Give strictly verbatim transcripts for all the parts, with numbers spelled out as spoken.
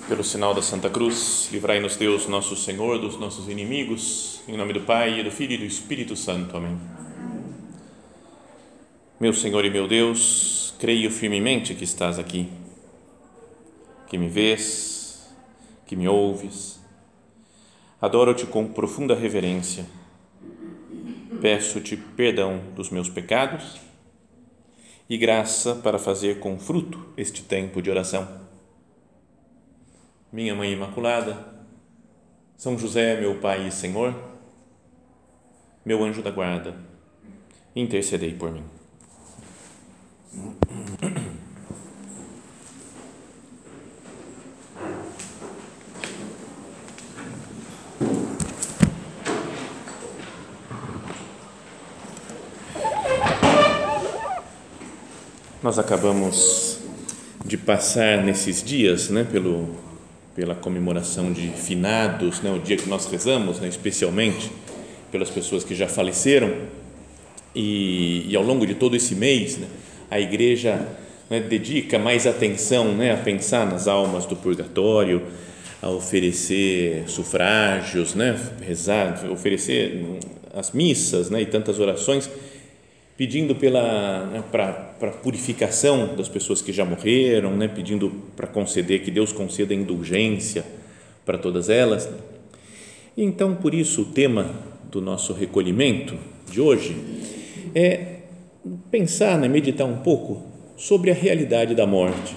Pelo sinal da Santa Cruz, livrai-nos Deus, nosso Senhor, dos nossos inimigos, em nome do Pai, e do Filho e do Espírito Santo. Amém. Meu Senhor e meu Deus, creio firmemente que estás aqui, que me vês, que me ouves. Adoro-te com profunda reverência. Peço-te perdão dos meus pecados e graça para fazer com fruto este tempo de oração. Minha Mãe Imaculada, São José, meu Pai e Senhor, meu anjo da guarda, intercedei por mim. Nós acabamos de passar nesses dias, né, pelo pela comemoração de finados, né, o dia que nós rezamos, né, especialmente pelas pessoas que já faleceram, e, e ao longo de todo esse mês, né, a Igreja, né, dedica mais atenção, né, a pensar nas almas do purgatório, a oferecer sufrágios, né, rezar, oferecer as missas, né, e tantas orações, pedindo pela, né, para, para purificação das pessoas que já morreram, né, pedindo para conceder, que Deus conceda indulgência para todas elas. Então, por isso, o tema do nosso recolhimento de hoje é pensar, né, meditar um pouco sobre a realidade da morte.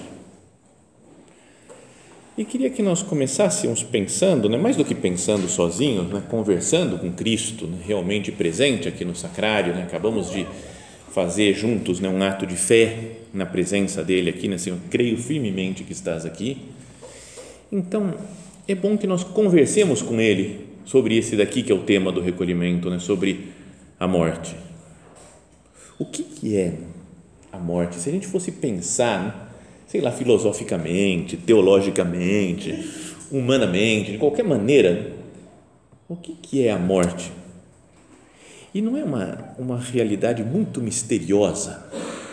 E queria que nós começássemos pensando, né, mais do que pensando sozinhos, né, conversando com Cristo, né, realmente presente aqui no sacrário, né, acabamos de fazer juntos, né, um ato de fé na presença dele aqui, né, Senhor, creio firmemente que estás aqui. Então, é bom que nós conversemos com ele sobre esse daqui que é o tema do recolhimento, né, sobre a morte. O que que é a morte? Se a gente fosse pensar, né, sei lá, filosoficamente, teologicamente, humanamente, de qualquer maneira, o que que é a morte? E não é uma, uma realidade muito misteriosa,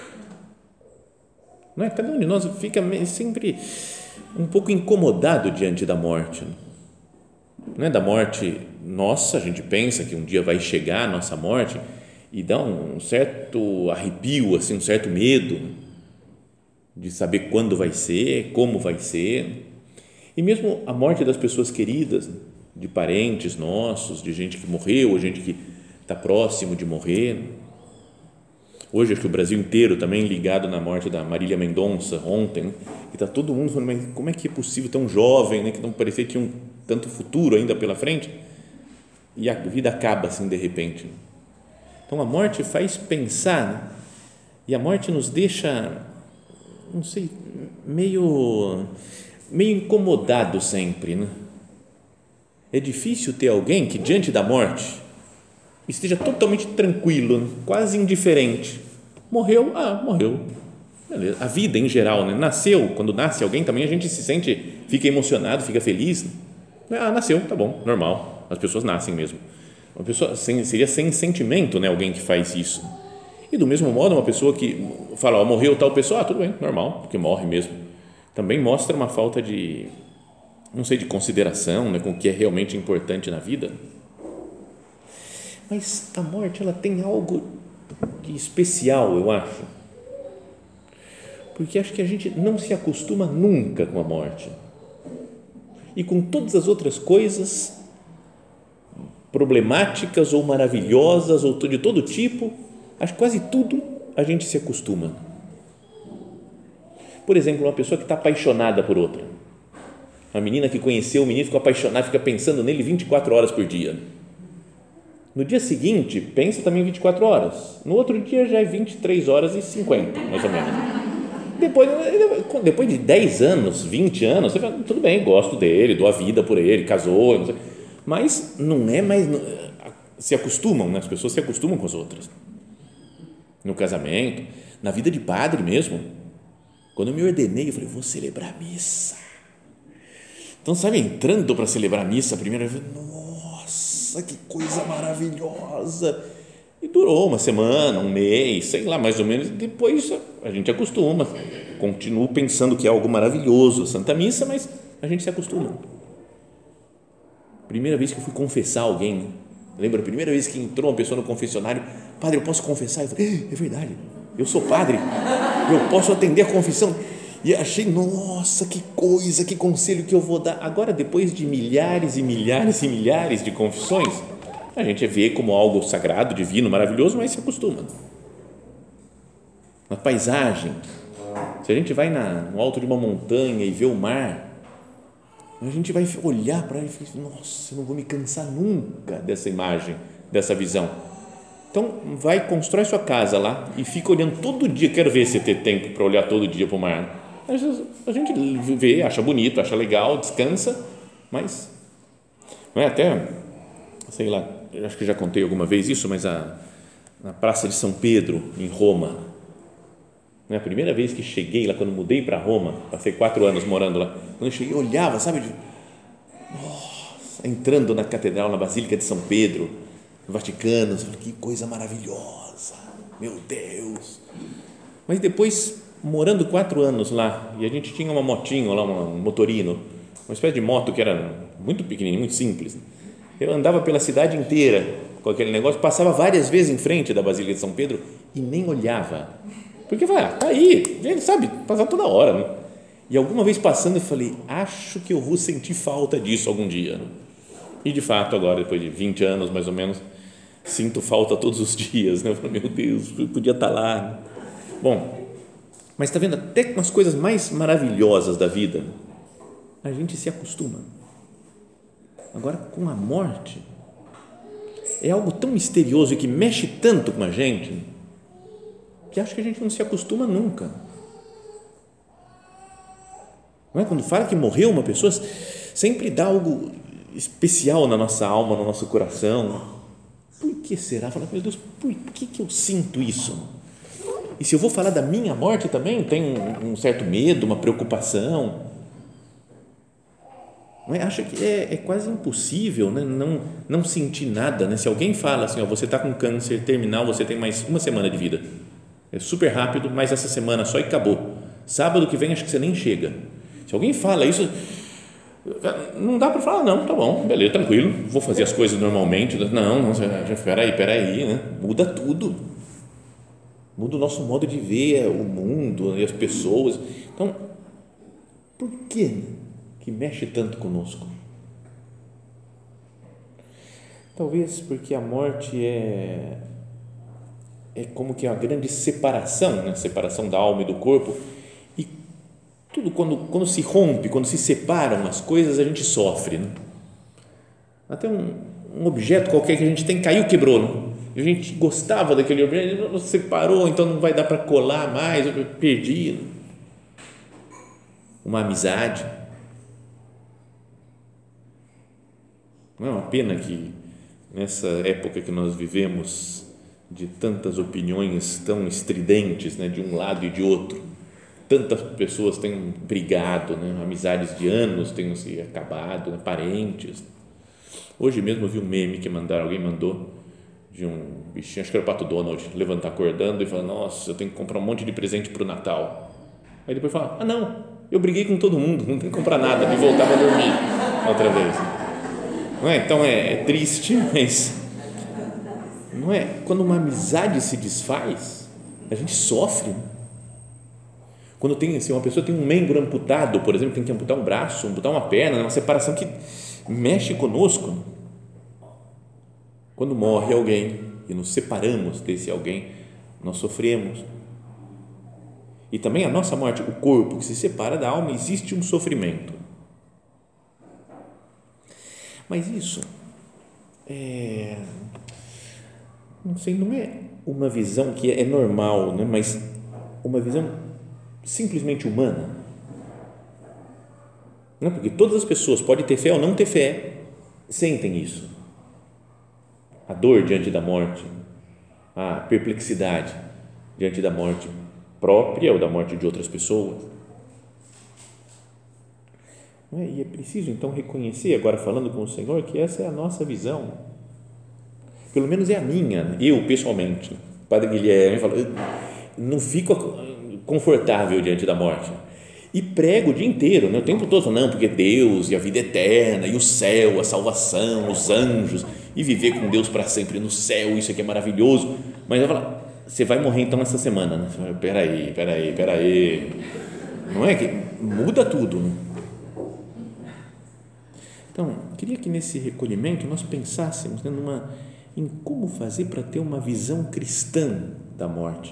não é? Cada um de nós fica sempre um pouco incomodado diante da morte, não é? Da morte nossa, a gente pensa que um dia vai chegar a nossa morte e dá um certo arrepio, assim, um certo medo de saber quando vai ser, como vai ser, e mesmo a morte das pessoas queridas, de parentes nossos, de gente que morreu, gente que está próximo de morrer. Hoje acho que o Brasil inteiro também ligado na morte da Marília Mendonça ontem, né? E está todo mundo falando, mas como é que é possível tão jovem, né? Que não parecia que tinha um tanto futuro ainda pela frente, e a vida acaba assim de repente. Então a morte faz pensar, né? E a morte nos deixa, não sei, meio meio incomodado sempre, né? É difícil ter alguém que diante da morte esteja totalmente tranquilo, quase indiferente. Morreu, ah, morreu. Beleza. A vida em geral, né? Nasceu, quando nasce alguém também a gente se sente, fica emocionado, fica feliz. Ah, nasceu, tá bom, normal. As pessoas nascem mesmo. Uma pessoa sem, seria sem sentimento, né? Alguém que faz isso. E do mesmo modo, uma pessoa que fala, ó, morreu tal pessoa, ah, tudo bem, normal, porque morre mesmo. Também mostra uma falta de, não sei, de consideração, né? Com o que é realmente importante na vida. Mas a morte, ela tem algo de especial, eu acho, porque acho que a gente não se acostuma nunca com a morte, e com todas as outras coisas problemáticas ou maravilhosas ou de todo tipo, acho que quase tudo a gente se acostuma. Por exemplo, uma pessoa que está apaixonada por outra, uma menina que conheceu o menino, ficou apaixonada, fica pensando nele vinte e quatro horas por dia. No dia seguinte, pensa também vinte e quatro horas. No outro dia já é vinte e três horas e cinquenta, mais ou menos. Depois, depois de dez anos, vinte anos, você fala, tudo bem, gosto dele, dou a vida por ele, casou, não sei, mas não é mais, se acostumam, né? As pessoas se acostumam com as outras. No casamento, na vida de padre mesmo. Quando eu me ordenei, eu falei, vou celebrar a missa. Então, sabe, entrando para celebrar a missa, a primeira vez, nossa, que coisa maravilhosa, e durou uma semana, um mês, sei lá, mais ou menos, depois a gente acostuma, continuo pensando que é algo maravilhoso a Santa Missa, mas a gente se acostuma. Primeira vez que eu fui confessar alguém, lembra a primeira vez que entrou uma pessoa no confessionário, padre, eu posso confessar? Eu falei, é verdade, eu sou padre, eu posso atender a confissão. E achei, nossa, que coisa, que conselho que eu vou dar. Agora, depois de milhares e milhares e milhares de confissões, a gente vê como algo sagrado, divino, maravilhoso, mas se acostuma. Na paisagem, se a gente vai na, no alto de uma montanha e vê o mar, a gente vai olhar para ele e falar, nossa, eu não vou me cansar nunca dessa imagem, dessa visão. Então, vai, constrói sua casa lá e fica olhando todo dia. Quero ver se ter tempo para olhar todo dia para o mar. A gente vê, acha bonito, acha legal, descansa, mas não é até, sei lá, eu acho que já contei alguma vez isso, mas a, na Praça de São Pedro, em Roma, né, a primeira vez que cheguei lá, quando mudei para Roma, passei quatro anos morando lá, quando eu cheguei, eu olhava, sabe, de, nossa, entrando na catedral, na Basílica de São Pedro, no Vaticano, eu falei, que coisa maravilhosa, meu Deus. Mas depois, morando quatro anos lá, e a gente tinha uma motinho lá, um motorino, uma espécie de moto que era muito pequenininha, muito simples. Eu andava pela cidade inteira com aquele negócio, passava várias vezes em frente da Basílica de São Pedro e nem olhava. Porque vai, ah, tá aí, gente sabe, passar toda hora. Né? E alguma vez passando eu falei, acho que eu vou sentir falta disso algum dia. Né? E de fato, agora, depois de vinte anos mais ou menos, sinto falta todos os dias. Né? Eu falei, meu Deus, eu podia estar lá. Né? Bom, mas está vendo, até com as coisas mais maravilhosas da vida, a gente se acostuma. Agora, com a morte, é algo tão misterioso e que mexe tanto com a gente, que acho que a gente não se acostuma nunca. Não é? Quando fala que morreu uma pessoa, sempre dá algo especial na nossa alma, no nosso coração. Por que será? Fala, meu Deus, por que, que eu sinto isso? E se eu vou falar da minha morte também, tem um, um certo medo, uma preocupação. Não é? Acha que é, é quase impossível, né? não, não sentir nada. Né? Se alguém fala assim, ó, você está com câncer terminal, você tem mais uma semana de vida. É super rápido, mas essa semana só e acabou. Sábado que vem acho que você nem chega. Se alguém fala isso, não dá para falar, não, tá bom, beleza, tranquilo, vou fazer as coisas normalmente. Não, não, peraí, peraí, né? Muda tudo. Muda o nosso modo de ver o mundo e as pessoas. Então, por que que mexe tanto conosco? Talvez porque a morte é é como que a grande separação, né? Separação da alma e do corpo, e tudo quando, quando se rompe, quando se separam as coisas, a gente sofre, né? Até um, um objeto qualquer que a gente tem, caiu, quebrou, né? E a gente gostava daquele objeto, não separou, então não vai dar para colar mais, eu perdi. Né? Uma amizade. Não é uma pena que nessa época que nós vivemos, de tantas opiniões tão estridentes, né, de um lado e de outro, tantas pessoas têm brigado, né, amizades de anos têm se acabado, né, parentes. Hoje mesmo eu vi um meme que mandaram, alguém mandou de um bichinho, acho que era o Pato Donald, levantar acordando e falar, nossa, eu tenho que comprar um monte de presente para o Natal. Aí depois fala, ah não, eu briguei com todo mundo, não tem que comprar nada, e voltava a dormir outra vez. Não é? Então é, é triste, mas não é? Quando uma amizade se desfaz, a gente sofre. Quando tem assim, uma pessoa tem um membro amputado, por exemplo, tem que amputar um braço, amputar uma perna, uma separação que mexe conosco. Quando morre alguém e nos separamos desse alguém, nós sofremos. E também a nossa morte, o corpo que se separa da alma, existe um sofrimento. Mas isso é, não sei, não é uma visão que é normal, né? Mas uma visão simplesmente humana. Não, porque todas as pessoas, podem ter fé ou não ter fé, sentem isso. A dor diante da morte, a perplexidade diante da morte própria ou da morte de outras pessoas. Não é? E é preciso então reconhecer, agora falando com o Senhor, que essa é a nossa visão, pelo menos é a minha, eu pessoalmente. O Padre Guilherme falou, não fico confortável diante da morte, E prego o dia inteiro, né? O tempo todo, não, porque Deus e a vida eterna, e o céu, a salvação, os anjos, e viver com Deus para sempre no céu, isso aqui é maravilhoso. Mas eu falo, você vai morrer então essa semana, né? Você fala, peraí, peraí, peraí. Não é que muda tudo, né? Então, queria que nesse recolhimento nós pensássemos, né, numa, em como fazer para ter uma visão cristã da morte.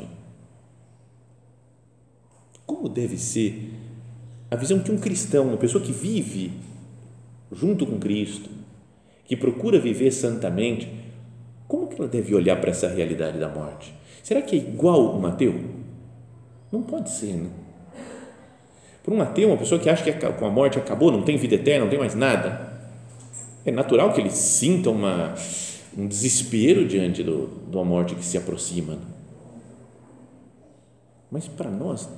Como deve ser a visão que um cristão, uma pessoa que vive junto com Cristo, que procura viver santamente, como que ela deve olhar para essa realidade da morte? Será que é igual um ateu? Não pode ser, né? Para um ateu, uma pessoa que acha que com a morte acabou, não tem vida eterna, não tem mais nada, é natural que ele sinta uma, um desespero diante do, de uma morte que se aproxima. Né? Mas para nós,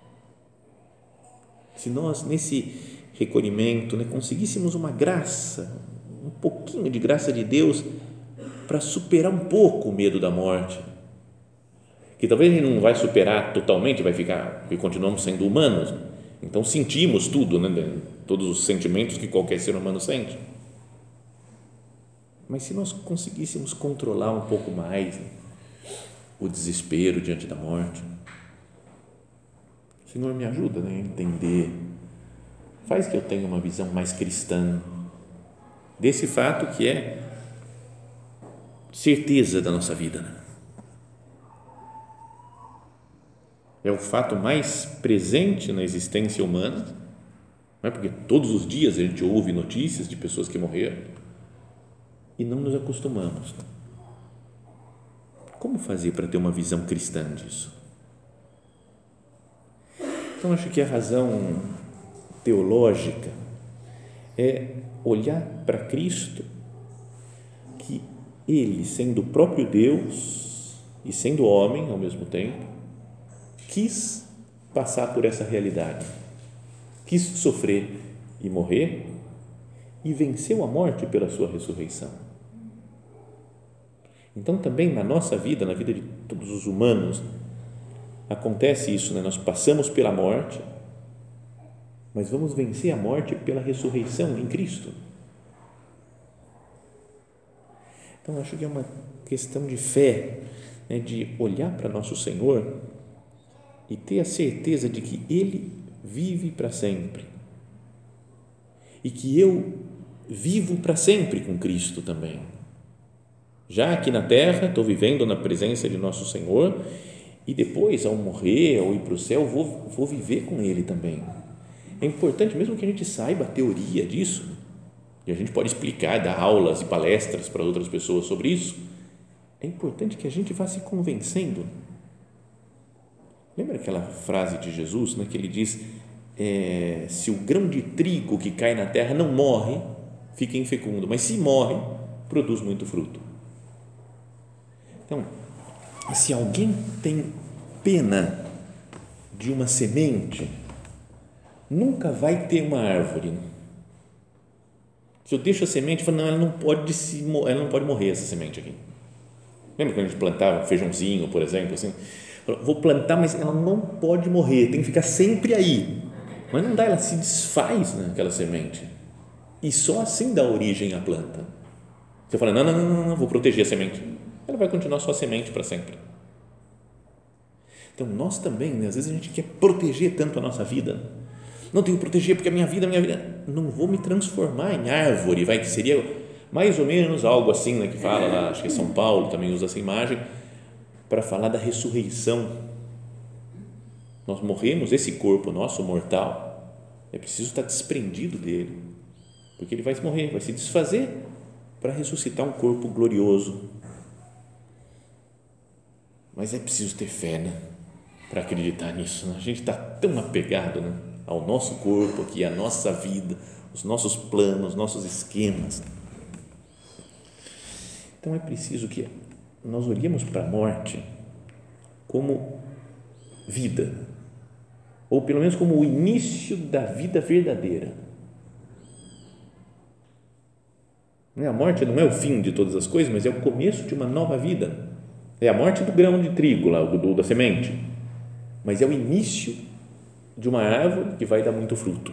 se nós nesse recolhimento, né, conseguíssemos uma graça, um pouquinho de graça de Deus para superar um pouco o medo da morte, que talvez a gente não vai superar totalmente, vai ficar, porque continuamos sendo humanos, então sentimos tudo, né, todos os sentimentos que qualquer ser humano sente. Mas se nós conseguíssemos controlar um pouco mais, né, o desespero diante da morte, Senhor, me ajuda, né, a entender, faz que eu tenha uma visão mais cristã desse fato que é certeza da nossa vida. Né? É o fato mais presente na existência humana, não é? Porque todos os dias a gente ouve notícias de pessoas que morreram e não nos acostumamos. Como fazer para ter uma visão cristã disso? Então, acho que a razão teológica é olhar para Cristo, que Ele, sendo o próprio Deus e sendo homem ao mesmo tempo, quis passar por essa realidade, quis sofrer e morrer e venceu a morte pela sua ressurreição. Então, também na nossa vida, na vida de todos os humanos, acontece isso, né? Nós passamos pela morte, mas vamos vencer a morte pela ressurreição em Cristo. Então, acho que é uma questão de fé, né? De olhar para nosso Senhor e ter a certeza de que Ele vive para sempre e que eu vivo para sempre com Cristo também. Já aqui na terra, estou vivendo na presença de nosso Senhor e depois, ao morrer ou ir para o céu, vou, vou viver com Ele também. É importante, mesmo que a gente saiba a teoria disso, e a gente pode explicar, dar aulas e palestras para outras pessoas sobre isso, é importante que a gente vá se convencendo. Lembra aquela frase de Jesus, né, que ele diz, é, se o grão de trigo que cai na terra não morre, fica infecundo, mas se morre, produz muito fruto. Então, se alguém tem pena de uma semente, nunca vai ter uma árvore. Se eu deixo a semente, eu falo, não, ela não pode se, ela não pode morrer, essa semente aqui. Lembra quando a gente plantava feijãozinho, por exemplo, assim, vou plantar, mas ela não pode morrer, tem que ficar sempre aí. Mas não dá, ela se desfaz naquela semente e só assim dá origem à planta. Você fala, não, não, não, não, não, vou proteger a semente. Ela vai continuar sua semente para sempre. Então, nós também, né, às vezes a gente quer proteger tanto a nossa vida. Não tenho que proteger porque a minha vida, a minha vida, não vou me transformar em árvore, vai, que seria mais ou menos algo assim, né, que fala lá, acho que São Paulo também usa essa imagem, para falar da ressurreição. Nós morremos, esse corpo nosso mortal, é preciso estar desprendido dele, porque ele vai morrer, vai se desfazer para ressuscitar um corpo glorioso. Mas é preciso ter fé, né, para acreditar nisso. Né? A gente está tão apegado, né, ao nosso corpo aqui, à nossa vida, os nossos planos, os nossos esquemas. Então é preciso que nós olhemos para a morte como vida, ou pelo menos como o início da vida verdadeira. A morte não é o fim de todas as coisas, mas é o começo de uma nova vida. É a morte do grão de trigo, lá, do, da semente, mas é o início de uma árvore que vai dar muito fruto.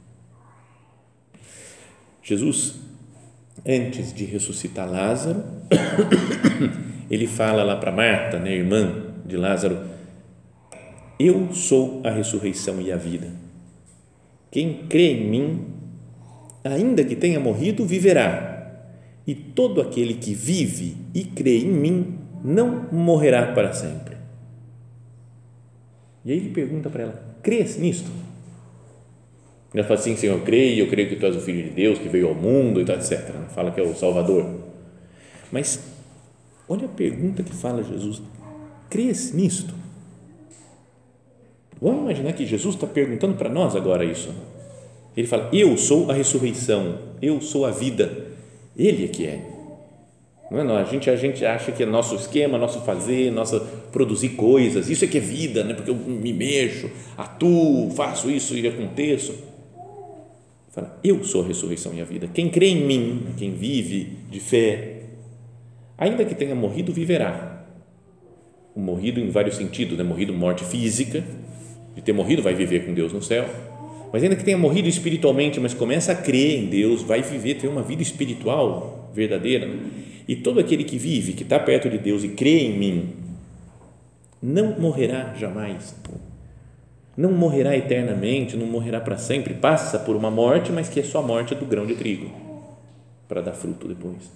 Jesus, antes de ressuscitar Lázaro, ele fala lá para Marta, né, irmã de Lázaro: eu sou a ressurreição e a vida. Quem crê em mim, ainda que tenha morrido, viverá. E todo aquele que vive e crê em mim não morrerá para sempre. E aí ele pergunta para ela: crês nisto? Ela fala assim: Senhor, eu creio, eu creio que tu és o Filho de Deus, que veio ao mundo, e tal, etcétera. Fala que é o Salvador. Mas olha a pergunta que fala Jesus: crês nisto? Vamos imaginar que Jesus está perguntando para nós agora isso. Ele fala: eu sou a ressurreição, eu sou a vida. Ele é que é. Não é? Não, a, gente, a gente acha que é nosso esquema, nosso fazer, nossa produzir coisas, isso é que é vida, né? Porque eu me mexo, atuo, faço isso e aconteço. Ele fala: eu sou a ressurreição e a vida. Quem crê em mim, quem vive de fé, ainda que tenha morrido, viverá. O morrido em vários sentidos, né? Morrido morte física, de ter morrido vai viver com Deus no céu, mas ainda que tenha morrido espiritualmente, mas começa a crer em Deus, vai viver, ter uma vida espiritual verdadeira. E todo aquele que vive, que está perto de Deus e crê em mim, não morrerá jamais, não morrerá eternamente, não morrerá para sempre, passa por uma morte, mas que é só a morte do grão de trigo, para dar fruto depois.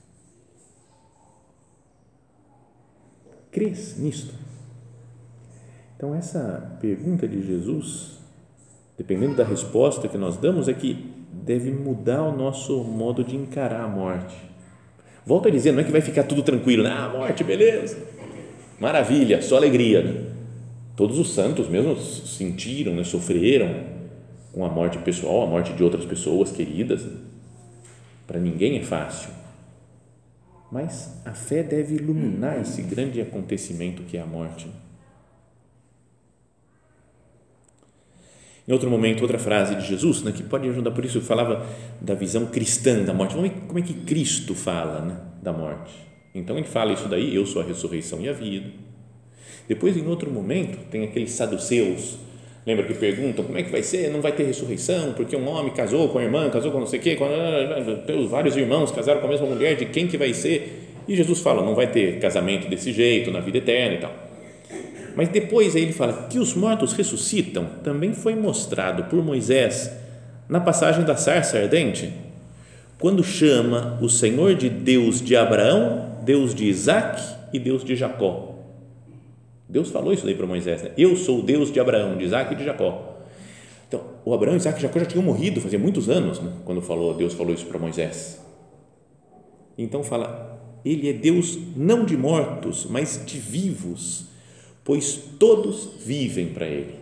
Crês nisto? Então, essa pergunta de Jesus, dependendo da resposta que nós damos, é que deve mudar o nosso modo de encarar a morte. Volto a dizer, não é que vai ficar tudo tranquilo, né? Ah, morte, beleza, maravilha, só alegria, né? Todos os santos mesmo sentiram, né? Sofreram com a morte pessoal, a morte de outras pessoas queridas. Para ninguém é fácil, mas a fé deve iluminar esse grande acontecimento que é a morte. Em outro momento, outra frase de Jesus, né, que pode ajudar, por isso eu falava da visão cristã da morte. Vamos ver como é que Cristo fala, né, da morte. Então ele fala isso daí: eu sou a ressurreição e a vida. Depois, em outro momento, tem aqueles saduceus, lembra que perguntam como é que vai ser, não vai ter ressurreição, porque um homem casou com a irmã, casou com não sei o quê, com teus vários irmãos casaram com a mesma mulher, de quem que vai ser? E Jesus fala: não vai ter casamento desse jeito na vida eterna e tal. Mas depois aí ele fala que os mortos ressuscitam, também foi mostrado por Moisés na passagem da sarça ardente, quando chama o Senhor de Deus de Abraão, Deus de Isaac e Deus de Jacó. Deus falou isso daí para Moisés, né? Eu sou o Deus de Abraão, de Isaac e de Jacó. Então, o Abraão, Isaac e Jacó já tinham morrido fazia muitos anos, né? Quando falou, Deus falou isso para Moisés. Então fala: ele é Deus não de mortos, mas de vivos, pois todos vivem para ele.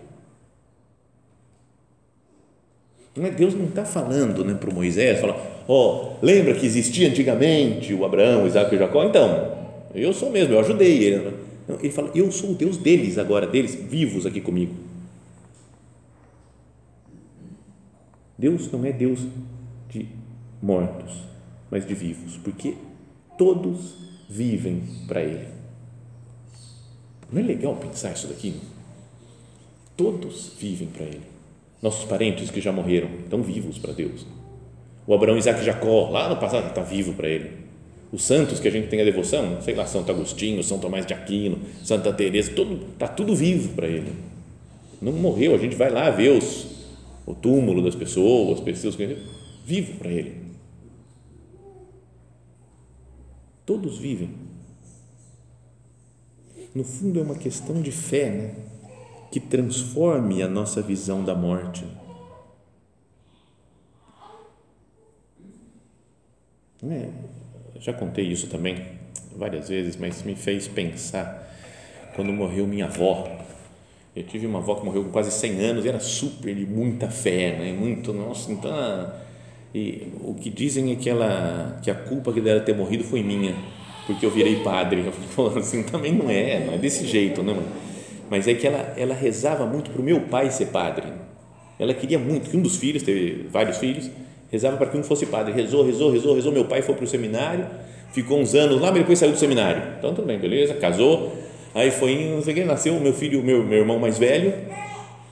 Deus não está falando, né, para o Moisés, fala: ó, oh, lembra que existia antigamente o Abraão, o Isaac e o Jacó? Então, eu sou mesmo, eu ajudei ele. Não, ele fala: eu sou o Deus deles agora, deles, vivos aqui comigo. Deus não é Deus de mortos, mas de vivos, porque todos vivem para ele. Não é legal pensar isso daqui? Todos vivem para ele. Nossos parentes que já morreram estão vivos para Deus. O Abraão, Isaac e Jacó, lá no passado, está vivo para ele. Os santos que a gente tem a devoção, sei lá, Santo Agostinho, São Tomás de Aquino, Santa Teresa, está tudo vivo para ele. Não morreu, a gente vai lá ver os, o túmulo das pessoas, as pessoas que vivo para ele. Todos vivem. No fundo, é uma questão de fé, né, que transforme a nossa visão da morte. Não é? Já contei isso também várias vezes, mas me fez pensar quando morreu minha avó. Eu tive uma avó que morreu com quase cem anos e era super de muita fé, né? Muito, nossa, então, e o que dizem é que, ela, que a culpa que dela ter morrido foi minha, porque eu virei padre. Eu falei assim: também não é, não é desse jeito, não. Mas é que ela, ela rezava muito para o meu pai ser padre. Ela queria muito que um dos filhos, teve vários filhos, rezava para que um fosse padre. Rezou, rezou, rezou, rezou. Meu pai foi para o seminário, ficou uns anos lá, mas depois saiu do seminário. Então, tudo bem, beleza, casou. Aí foi, não sei o que, nasceu o meu filho, o meu, meu irmão mais velho,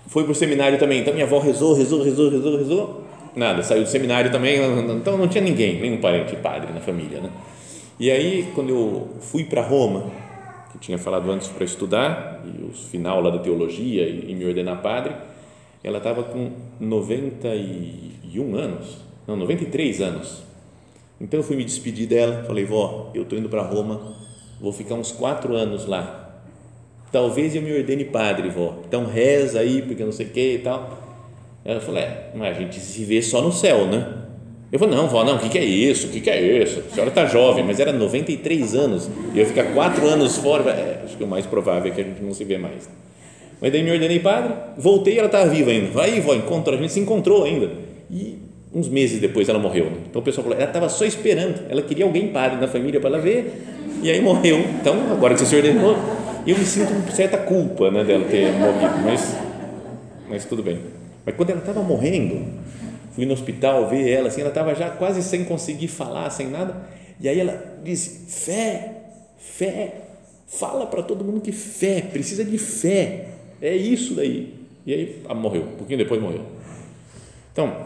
foi para o seminário também, então minha avó rezou, rezou, rezou, rezou, rezou, nada, saiu do seminário também, então não tinha ninguém, nenhum parente padre na família, né? E aí, quando eu fui para Roma, que tinha falado antes para estudar, e o final lá da teologia e, e me ordenar padre, ela estava com noventa e um anos, não, noventa e três anos. Então eu fui me despedir dela, falei, vó, eu estou indo para Roma, vou ficar uns quatro anos lá, talvez eu me ordene padre, vó, então reza aí, porque não sei o que e tal. Ela falou, é, mas a gente se vê só no céu, né? Eu falei, não, vó, não, o que, que é isso, o que, que é isso, a senhora está jovem, mas era noventa e três anos, e eu ficar quatro anos fora, é, acho que o mais provável é que a gente não se vê mais. Mas daí me ordenei padre, voltei e ela estava viva ainda, vai aí, vó, encontra, a gente se encontrou ainda, e uns meses depois ela morreu, né? Então o pessoal falou, ela estava só esperando, ela queria alguém padre na família para ela ver, e aí morreu. Então agora que você se ordenou, eu me sinto com certa culpa, né, dela ter morrido, mas, mas tudo bem. Mas quando ela estava morrendo, fui no hospital ver ela, assim, ela estava já quase sem conseguir falar, sem nada, e aí ela disse, fé, fé, fala para todo mundo que fé, precisa de fé, é isso daí. E aí ah, morreu, um pouquinho depois morreu. Então,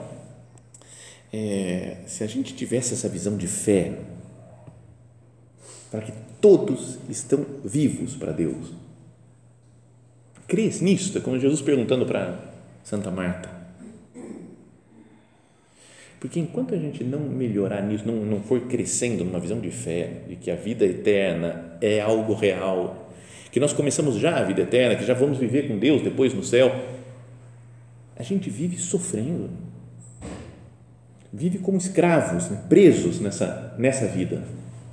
é, se a gente tivesse essa visão de fé, para que todos estão vivos para Deus, crês nisso? É como Jesus perguntando para Santa Marta. Porque enquanto a gente não melhorar nisso, não, não for crescendo numa visão de fé, de que a vida eterna é algo real, que nós começamos já a vida eterna, que já vamos viver com Deus depois no céu, a gente vive sofrendo, vive como escravos, né? Presos nessa, nessa vida.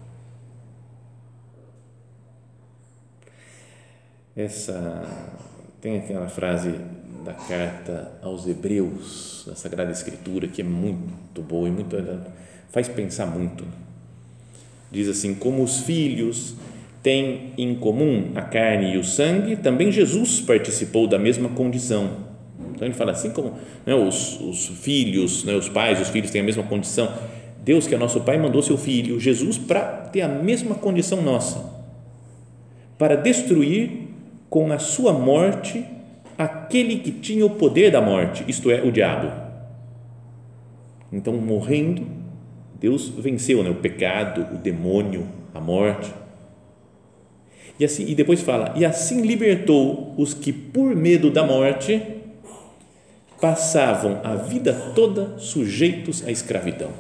Essa, tem aquela frase da carta aos Hebreus, da Sagrada Escritura, que é muito boa e muito, faz pensar muito. Diz assim, como os filhos têm em comum a carne e o sangue, também Jesus participou da mesma condição. Então ele fala assim, como né, os, os filhos, né, os pais, os filhos têm a mesma condição, Deus que é nosso Pai mandou seu Filho, Jesus, para ter a mesma condição nossa, para destruir com a sua morte aquele que tinha o poder da morte, isto é, o diabo. Então, morrendo, Deus venceu, né, o pecado, o demônio, a morte. E, assim, e depois fala, e assim libertou os que por medo da morte passavam a vida toda sujeitos à escravidão.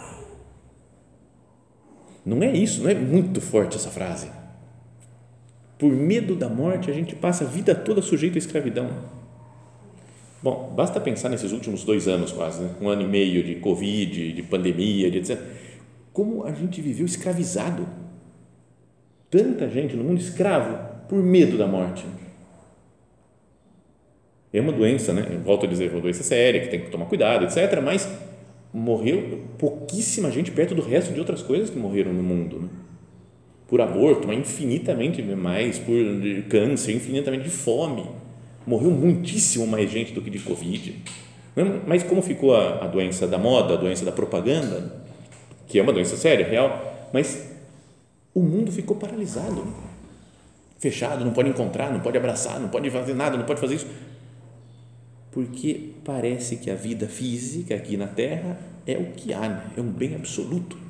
Não é isso, não é muito forte essa frase? Por medo da morte, a gente passa a vida toda sujeito à escravidão. Bom, basta pensar nesses últimos dois anos quase, né? um ano e meio de Covid, de pandemia, de etcétera. Como a gente viveu escravizado. Tanta gente no mundo escravo por medo da morte. É uma doença, né? Eu volto a dizer, é uma doença séria, que tem que tomar cuidado, etcétera. Mas morreu pouquíssima gente perto do resto de outras coisas que morreram no mundo, né? Por aborto, mas infinitamente mais, por câncer, infinitamente de fome. Morreu muitíssimo mais gente do que de Covid. Mas como ficou a, a doença da moda, a doença da propaganda, que é uma doença séria, real, mas o mundo ficou paralisado, fechado, não pode encontrar, não pode abraçar, não pode fazer nada, não pode fazer isso, porque parece que a vida física aqui na Terra é o que há, né? É um bem absoluto.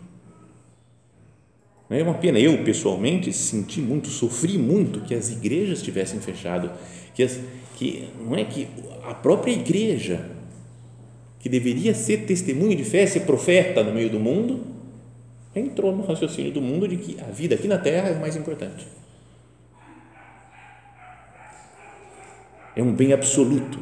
É uma pena, eu pessoalmente senti muito, sofri muito que as igrejas tivessem fechado, que, as, que não é que a própria igreja, que deveria ser testemunho de fé, ser profeta no meio do mundo, entrou no raciocínio do mundo de que a vida aqui na Terra é o mais importante. É um bem absoluto,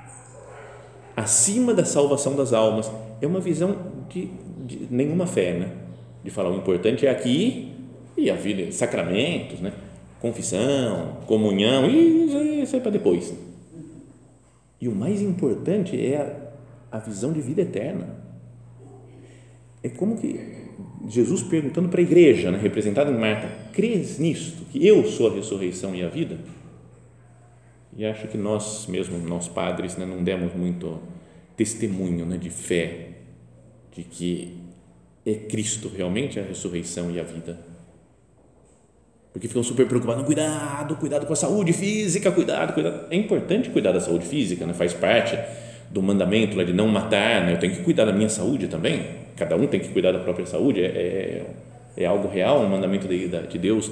acima da salvação das almas. É uma visão de, de nenhuma fé, né? De falar o importante é aqui e a vida, sacramentos, né? Confissão, comunhão, e isso aí para depois. E o mais importante é a, a visão de vida eterna. É como que Jesus perguntando para a igreja, né? Representada em Marta, crês nisto, que eu sou a ressurreição e a vida? E acho que nós mesmo, nós padres, né, não demos muito testemunho, né, de fé, de que é Cristo realmente a ressurreição e a vida. porque ficam super preocupados, não, cuidado, cuidado com a saúde física, cuidado, cuidado. É importante cuidar da saúde física, né? Faz parte do mandamento lá de não matar, né? Eu tenho que cuidar da minha saúde também, cada um tem que cuidar da própria saúde, é, é, é algo real, um mandamento de, de Deus,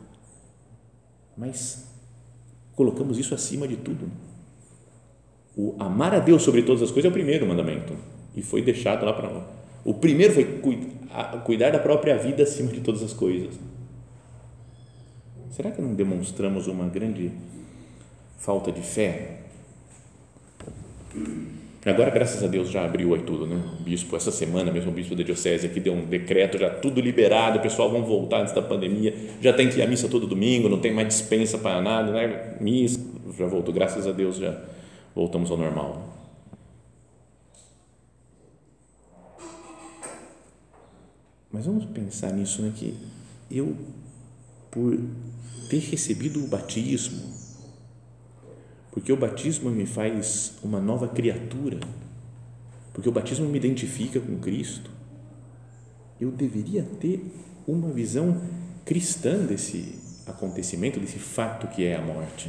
mas colocamos isso acima de tudo. O amar a Deus sobre todas as coisas é o primeiro mandamento, e foi deixado lá para nós. O primeiro foi cuidar da própria vida acima de todas as coisas. Será que não demonstramos uma grande falta de fé? Agora, graças a Deus, já abriu aí tudo, né? O bispo, essa semana mesmo, o bispo da diocese aqui deu um decreto, já tudo liberado, o pessoal vão voltar antes da pandemia, já tem que ir à missa todo domingo, não tem mais dispensa para nada, né? Missa, já voltou, graças a Deus, já voltamos ao normal. Mas vamos pensar nisso, né? Que eu, por ter recebido o batismo, porque o batismo me faz uma nova criatura, porque o batismo me identifica com Cristo, eu deveria ter uma visão cristã desse acontecimento, desse fato que é a morte.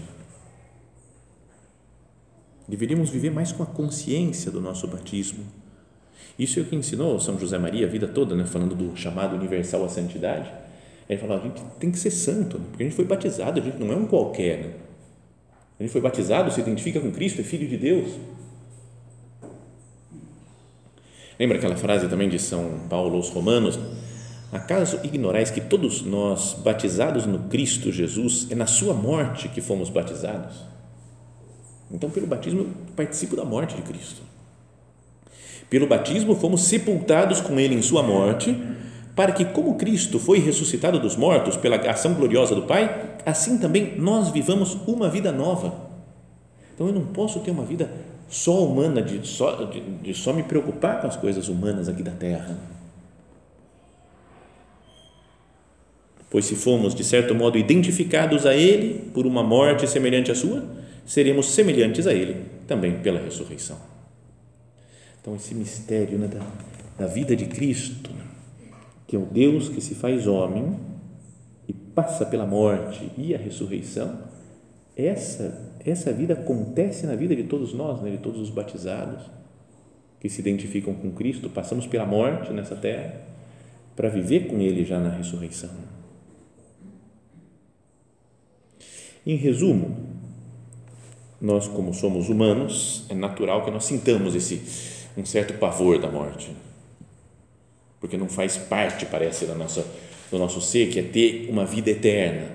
Deveríamos viver mais com a consciência do nosso batismo. Isso é o que ensinou São José Maria a vida toda, né? Falando do chamado universal à santidade. Ele falava, a gente tem que ser santo, né? Porque a gente foi batizado, a gente não é um qualquer, né? A gente foi batizado, se identifica com Cristo, é filho de Deus. Lembra aquela frase também de São Paulo aos Romanos? Acaso ignorais que todos nós, batizados no Cristo Jesus, é na sua morte que fomos batizados? Então, pelo batismo, eu participo da morte de Cristo. Pelo batismo, fomos sepultados com Ele em sua morte, para que, como Cristo foi ressuscitado dos mortos pela ação gloriosa do Pai, assim também nós vivamos uma vida nova. Então, eu não posso ter uma vida só humana, de só, de, de só me preocupar com as coisas humanas aqui da terra. Pois se fomos, de certo modo, identificados a Ele por uma morte semelhante à sua, seremos semelhantes a Ele também pela ressurreição. Então, esse mistério, né, da, da vida de Cristo, que é o Deus que se faz homem e passa pela morte e a ressurreição, essa, essa vida acontece na vida de todos nós, né, de todos os batizados que se identificam com Cristo, passamos pela morte nessa terra para viver com Ele já na ressurreição. Em resumo, nós, como somos humanos, é natural que nós sintamos esse, um certo pavor da morte, porque não faz parte, parece, da nossa, do nosso ser, que é ter uma vida eterna.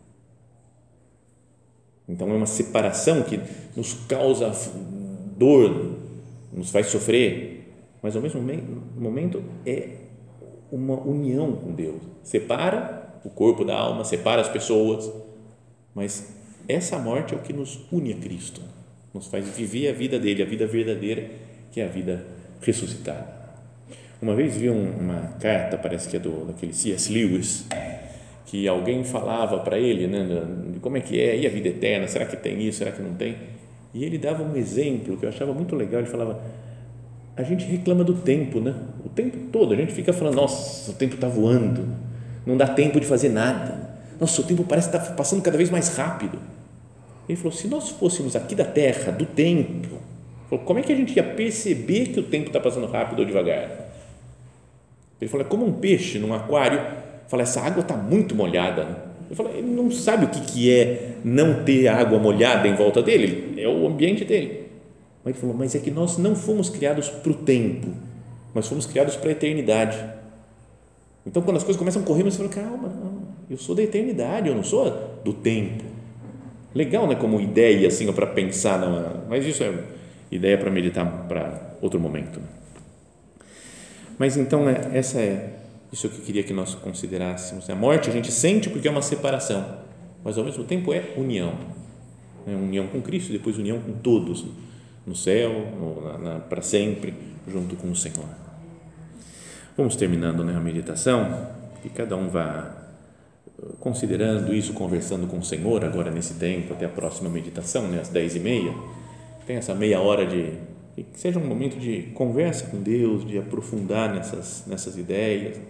Então, é uma separação que nos causa dor, nos faz sofrer, mas, ao mesmo momento, é uma união com Deus. Separa o corpo da alma, separa as pessoas, mas essa morte é o que nos une a Cristo, nos faz viver a vida dele, a vida verdadeira, que é a vida ressuscitada. Uma vez vi uma carta, parece que é do, daquele C S Lewis, que alguém falava para ele, né, de como é que é, e a vida eterna, será que tem isso, será que não tem? E ele dava um exemplo que eu achava muito legal, ele falava, a gente reclama do tempo, né? O tempo todo, a gente fica falando, nossa, o tempo está voando, não dá tempo de fazer nada, nossa, o tempo parece estar tá passando cada vez mais rápido. Ele falou, se nós fôssemos aqui da terra, do tempo, como é que a gente ia perceber que o tempo está passando rápido ou devagar? Ele falou, é como um peixe num aquário, fala, essa água está muito molhada. Ele falou, ele não sabe o que, que é não ter água molhada em volta dele, é o ambiente dele. Mas ele falou, mas é que nós não fomos criados para o tempo, mas fomos criados para a eternidade. Então, quando as coisas começam a correr, você fala, calma, não, eu sou da eternidade, eu não sou do tempo. Legal, né, como ideia, assim, para pensar, numa, mas isso é ideia para meditar para outro momento. Mas, então, é, essa é isso que eu queria que nós considerássemos. A morte a gente sente porque é uma separação, mas, ao mesmo tempo, é união. É união com Cristo, depois união com todos, no céu, para sempre, junto com o Senhor. Vamos terminando, né, a meditação, que cada um vá considerando isso, conversando com o Senhor agora nesse tempo, até a próxima meditação, né, às dez e meia, tem essa meia hora de, que seja um momento de conversa com Deus, de aprofundar nessas, nessas ideias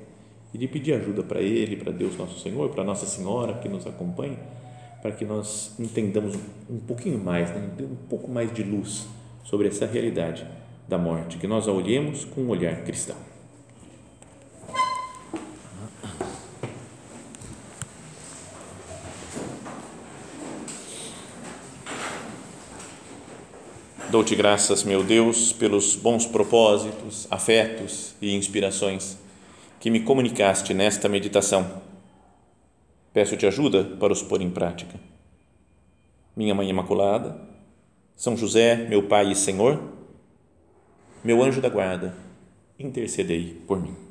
e de pedir ajuda para Ele, para Deus Nosso Senhor, para Nossa Senhora que nos acompanha, para que nós entendamos um pouquinho mais, né? Um pouco mais de luz sobre essa realidade da morte, que nós a olhemos com um olhar cristão. Dou-te graças, meu Deus, pelos bons propósitos, afetos e inspirações que me comunicaste nesta meditação. Peço-te ajuda para os pôr em prática. Minha Mãe Imaculada, São José, meu Pai e Senhor, meu anjo da guarda, intercedei por mim.